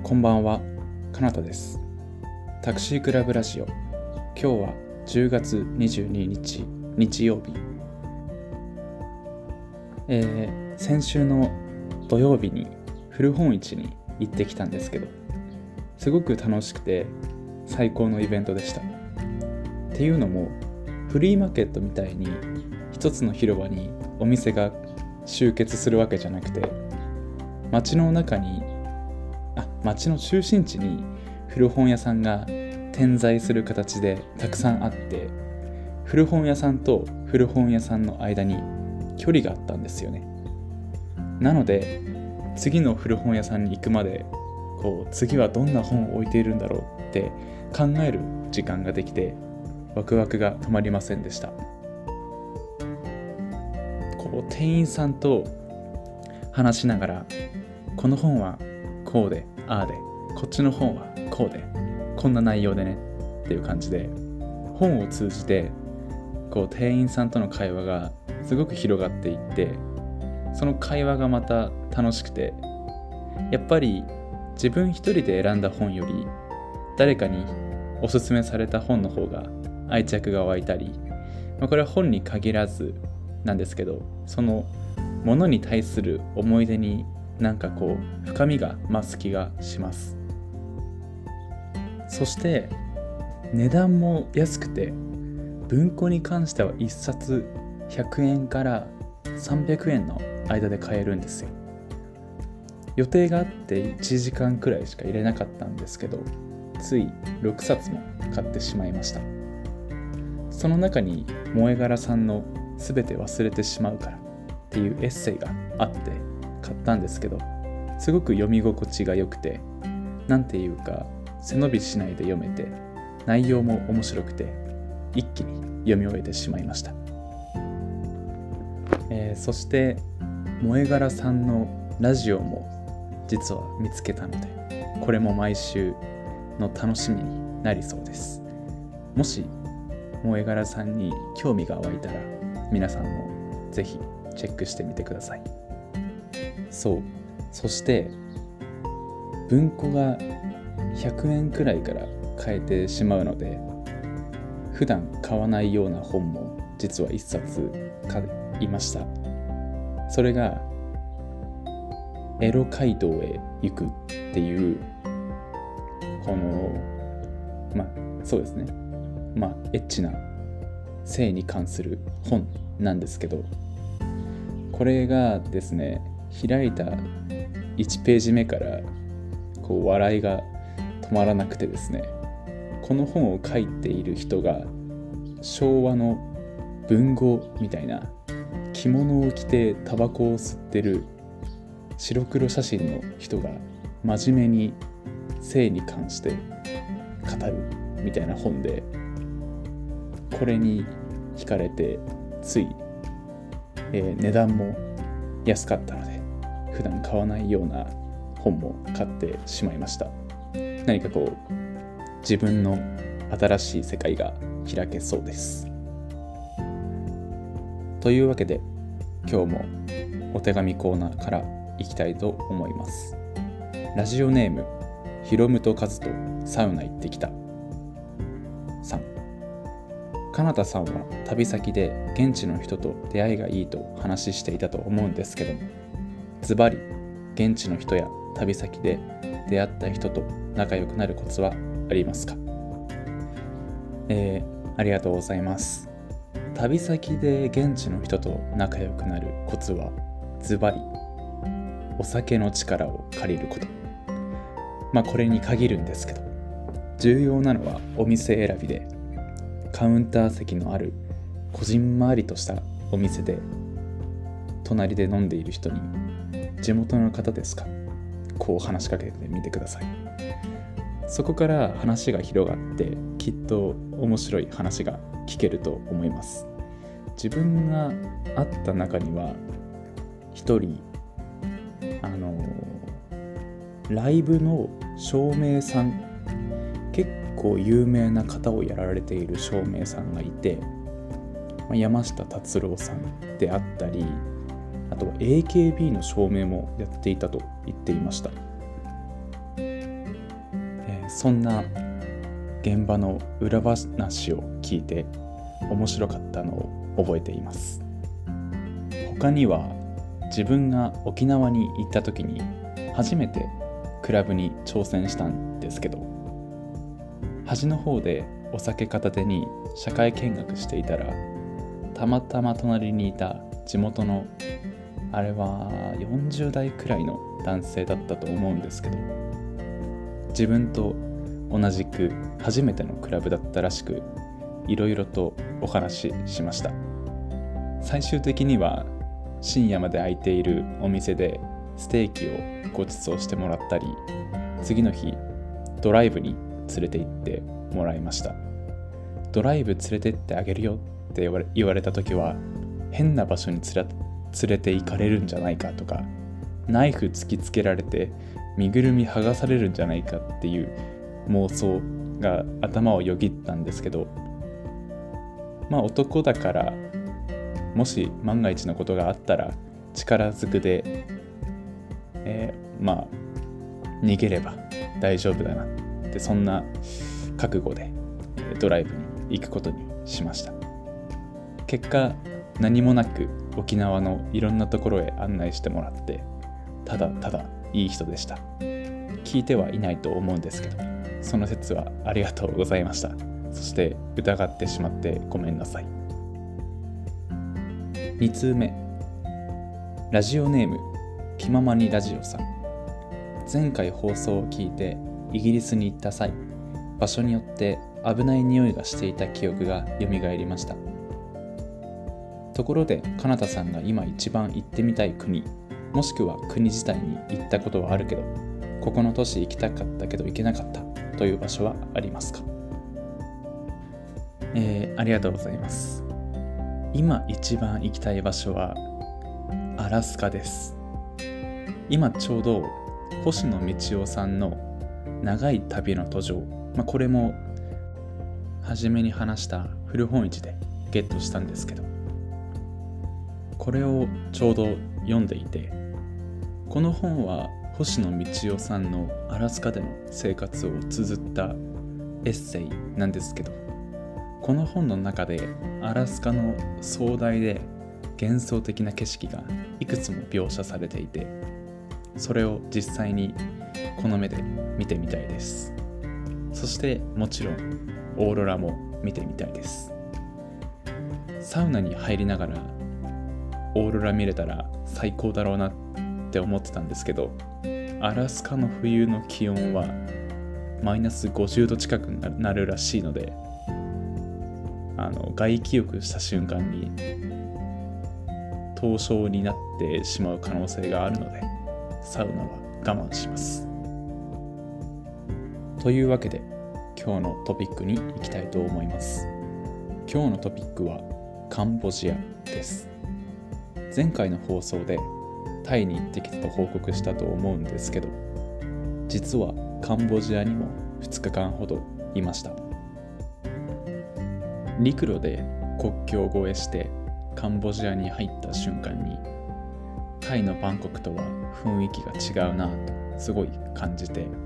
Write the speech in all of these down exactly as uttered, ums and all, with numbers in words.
こんばんは、かなたです。タクシークラブラジオ。今日はじゅうがつにじゅうににち日曜日、えー、先週の土曜日に古本市に行ってきたんですけど、すごく楽しくて最高のイベントでした。っていうのも、フリーマーケットみたいに一つの広場にお店が集結するわけじゃなくて、街の中にあ街の中心地に古本屋さんが点在する形でたくさんあって、古本屋さんと古本屋さんの間に距離があったんですよね。なので次の古本屋さんに行くまでこう次はどんな本を置いているんだろうって考える時間ができて、ワクワクが止まりませんでした。こう店員さんと話しながら、この本はこうでああで、こっちの本はこうでこんな内容でねっていう感じで、本を通じてこう店員さんとの会話がすごく広がっていって、その会話がまた楽しくて、やっぱり自分一人で選んだ本より誰かにおすすめされた本の方が愛着が湧いたり、まあ、これは本に限らずなんですけど、そのものに対する思い出になんかこう深みが増す気がします。そして値段も安くて、文庫に関してはいっさつひゃくえんからさんびゃくえんの間で買えるんですよ。予定があっていちじかんくらいしか入れなかったんですけど、ついろくさつも買ってしまいました。その中に萌え柄さんのすべて忘れてしまうからっていうエッセイがあって買ったんですけど、すごく読み心地が良くて、なんていうか背伸びしないで読めて、内容も面白くて一気に読み終えてしまいました。えー、そして萌え柄さんのラジオも実は見つけたので、これも毎週の楽しみになりそうです。もし萌え柄さんに興味が湧いたら、皆さんもぜひチェックしてみてください。そう、そして文庫がひゃくえんくらいから買えてしまうので、普段買わないような本も実はいっさつ買いました。それがエロ街道へ行くっていう、このまあそうですねまあエッチな性に関する本なんですけど、これがですね、開いたいちページ目からこう笑いが止まらなくてですね、この本を書いている人が昭和の文豪みたいな、着物を着てタバコを吸ってる白黒写真の人が真面目に性に関して語るみたいな本で、これに惹かれてつい、えー、値段も安かったので普段買わないような本も買ってしまいました。何かこう自分の新しい世界が開けそうです。というわけで今日もお手紙コーナーからいきたいと思います。ラジオネームひろむとかずとサウナ行ってきたさん。かなたさんは旅先で現地の人と出会いがいいと話していたと思うんですけども、ズバリ現地の人や旅先で出会った人と仲良くなるコツはありますか？えー、ありがとうございます。旅先で現地の人と仲良くなるコツはズバリお酒の力を借りること。まあこれに限るんですけど、重要なのはお店選びで、カウンター席のあるこじんまりとしたお店で隣で飲んでいる人に地元の方ですか、こう話しかけてみてください。そこから話が広がって、きっと面白い話が聞けると思います。自分が会った中には一人あのライブの照明さん、結構有名な方をやられている照明さんがいて、山下達郎さんであったり、あとは エーケービー の照明もやっていたと言っていました。 そんな現場の裏話を聞いて面白かったのを覚えています。他には自分が沖縄に行った時に初めてクラブに挑戦したんですけど、端の方でお酒片手に社会見学していたら、たまたま隣にいた地元のあれはよんじゅう代くらいの男性だったと思うんですけど、自分と同じく初めてのクラブだったらしく、いろいろとお話ししました。最終的には深夜まで開いているお店でステーキをご馳走してもらったり、次の日ドライブに連れて行ってもらいました。ドライブ連れてってあげるよって言われ、言われた時は、変な場所に連れ、連れて行かれるんじゃないかとか、ナイフ突きつけられて身ぐるみ剥がされるんじゃないかっていう妄想が頭をよぎったんですけど、まあ男だから、もし万が一のことがあったら力ずくで、えー、まあ逃げれば大丈夫だなって、そんな覚悟でドライブに行くことにしました。結果何もなく沖縄のいろんなところへ案内してもらって、ただただいい人でした。聞いてはいないと思うんですけど、その説はありがとうございました。そして疑ってしまってごめんなさい。に通目、ラジオネーム気ままにラジオさん。前回放送を聞いてイギリスに行った際、場所によって危ない匂いがしていた記憶がよみがえりました。ところで、かなたさんが今一番行ってみたい国、もしくは国自体に行ったことはあるけど、ここの都市行きたかったけど行けなかったという場所はありますか？えー、ありがとうございます。今一番行きたい場所はアラスカです。今ちょうど星野道夫さんの長い旅の途上、まあ、これも初めに話した古本市でゲットしたんですけど、これをちょうど読んでいて、この本は星野道夫さんのアラスカでの生活を綴ったエッセイなんですけど、この本の中でアラスカの壮大で幻想的な景色がいくつも描写されていて、それを実際にこの目で見てみたいです。そしてもちろんオーロラも見てみたいです。サウナに入りながらオーロラ見れたら最高だろうなって思ってたんですけど、アラスカの冬の気温はマイナスごじゅうど近くになるらしいので、あの外気浴した瞬間に凍傷になってしまう可能性があるので、サウナは我慢します。というわけで今日のトピックに行きたいと思います。今日のトピックはカンボジアです。前回の放送でタイに行ってきたと報告したと思うんですけど、実はカンボジアにもふつかかんほどいました。陸路で国境を越えしてカンボジアに入った瞬間に、タイのバンコクとは雰囲気が違うなとすごい感じて、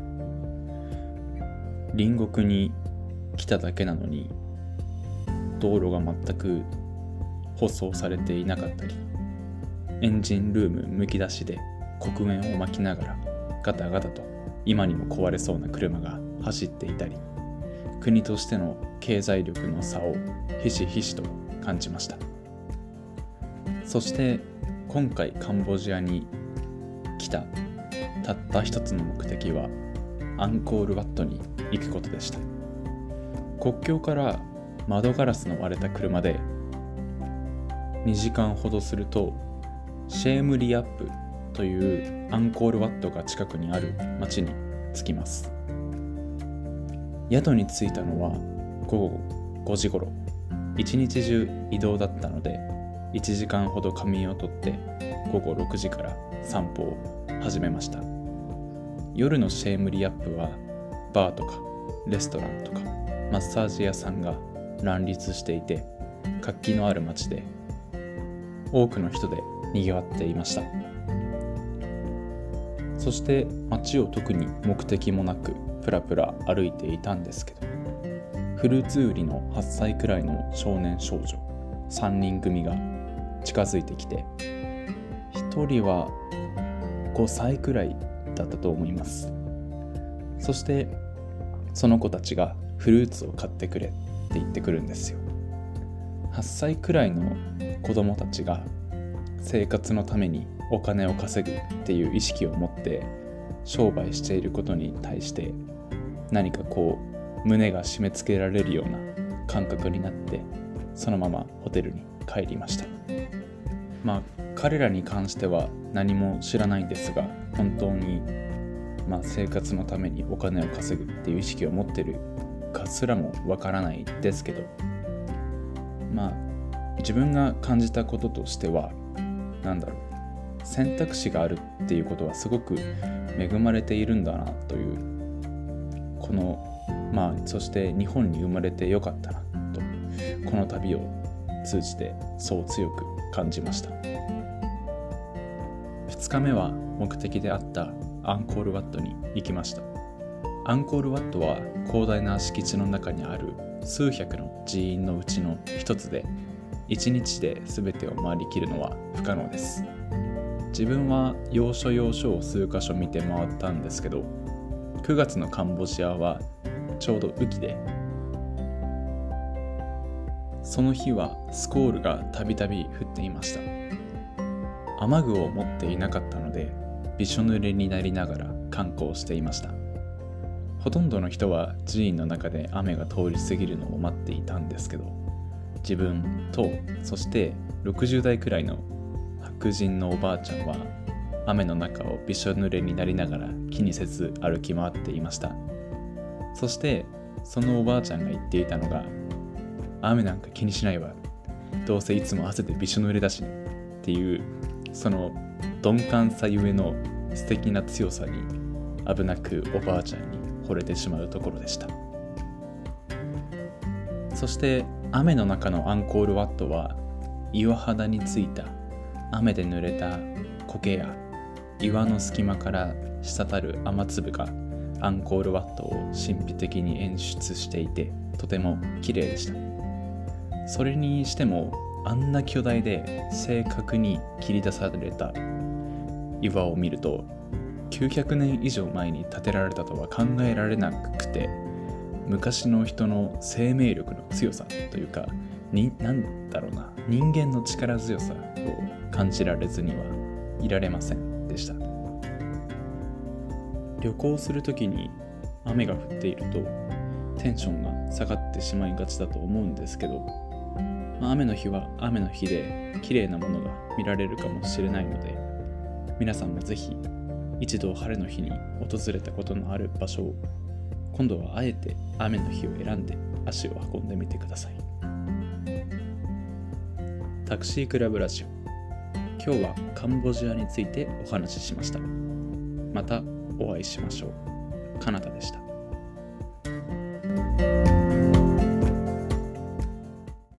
隣国に来ただけなのに道路が全く舗装されていなかったり、エンジンルームむき出しで黒煙を巻きながらガタガタと今にも壊れそうな車が走っていたり、国としての経済力の差をひしひしと感じました。そして今回カンボジアに来たたった一つの目的はアンコールワットに行くことでした。国境から窓ガラスの割れた車でにじかんほどすると、シェームリアップというアンコールワットが近くにある町に着きます。宿に着いたのはごごごじ頃。一日中移動だったのでいちじかんほど仮眠をとってごごろくじから散歩を始めました。夜のシェームリアップはバーとかレストランとかマッサージ屋さんが乱立していて、活気のある街で多くの人で賑わっていました。そして街を特に目的もなくプラプラ歩いていたんですけど、フルーツ売りのはっさいくらいの少年少女さんにん組が近づいてきて、ひとりはごさいくらいだったと思います。そしてその子たちがフルーツを買ってくれって言ってくるんですよ。はっさいくらいの子供たちが生活のためにお金を稼ぐっていう意識を持って商売していることに対して、何かこう胸が締め付けられるような感覚になって、そのままホテルに帰りました。まあ彼らに関しては何も知らないんですが、本当にまあ生活のためにお金を稼ぐっていう意識を持ってるかすらもわからないですけど、まあ自分が感じたこととしては、なんだろう、選択肢があるっていうことはすごく恵まれているんだなという、このまあそして日本に生まれてよかったなと、この旅を通じてそう強く感じました。ふつかめは目的であったアンコールワットに行きました。アンコールワットは広大な敷地の中にある数百の寺院のうちの一つで、一日で全てを回りきるのは不可能です。自分は要所要所を数カ所見て回ったんですけど、くがつのカンボジアはちょうど雨季で、その日はスコールがたびたび降っていました。雨具を持っていなかったので、びしょ濡れになりながら観光していました。ほとんどの人は寺院の中で雨が通り過ぎるのを待っていたんですけど、自分とそしてろくじゅうだいくらいの白人のおばあちゃんは雨の中をびしょ濡れになりながら気にせず歩き回っていました。そしてそのおばあちゃんが言っていたのが、雨なんか気にしないわ、どうせいつも汗でびしょ濡れだしねっていう、その鈍感さゆえの素敵な強さに危なくおばあちゃんに惚れてしまうところでした。そして雨の中のアンコールワットは、岩肌についた雨で濡れた苔や岩の隙間から滴る雨粒がアンコールワットを神秘的に演出していて、とても綺麗でした。それにしてもあんな巨大で正確に切り出された岩を見ると、きゅうひゃくねん以上前に建てられたとは考えられなくて、昔の人の生命力の強さというか、になんだろうな人間の力強さを感じられずにはいられませんでした。旅行するときに雨が降っているとテンションが下がってしまいがちだと思うんですけど、まあ、雨の日は雨の日で綺麗なものが見られるかもしれないので、皆さんもぜひ一度晴れの日に訪れたことのある場所を、今度はあえて雨の日を選んで足を運んでみてください。タクシークラブラジオ、今日はカンボジアについてお話ししました。またお会いしましょう。カナダでした。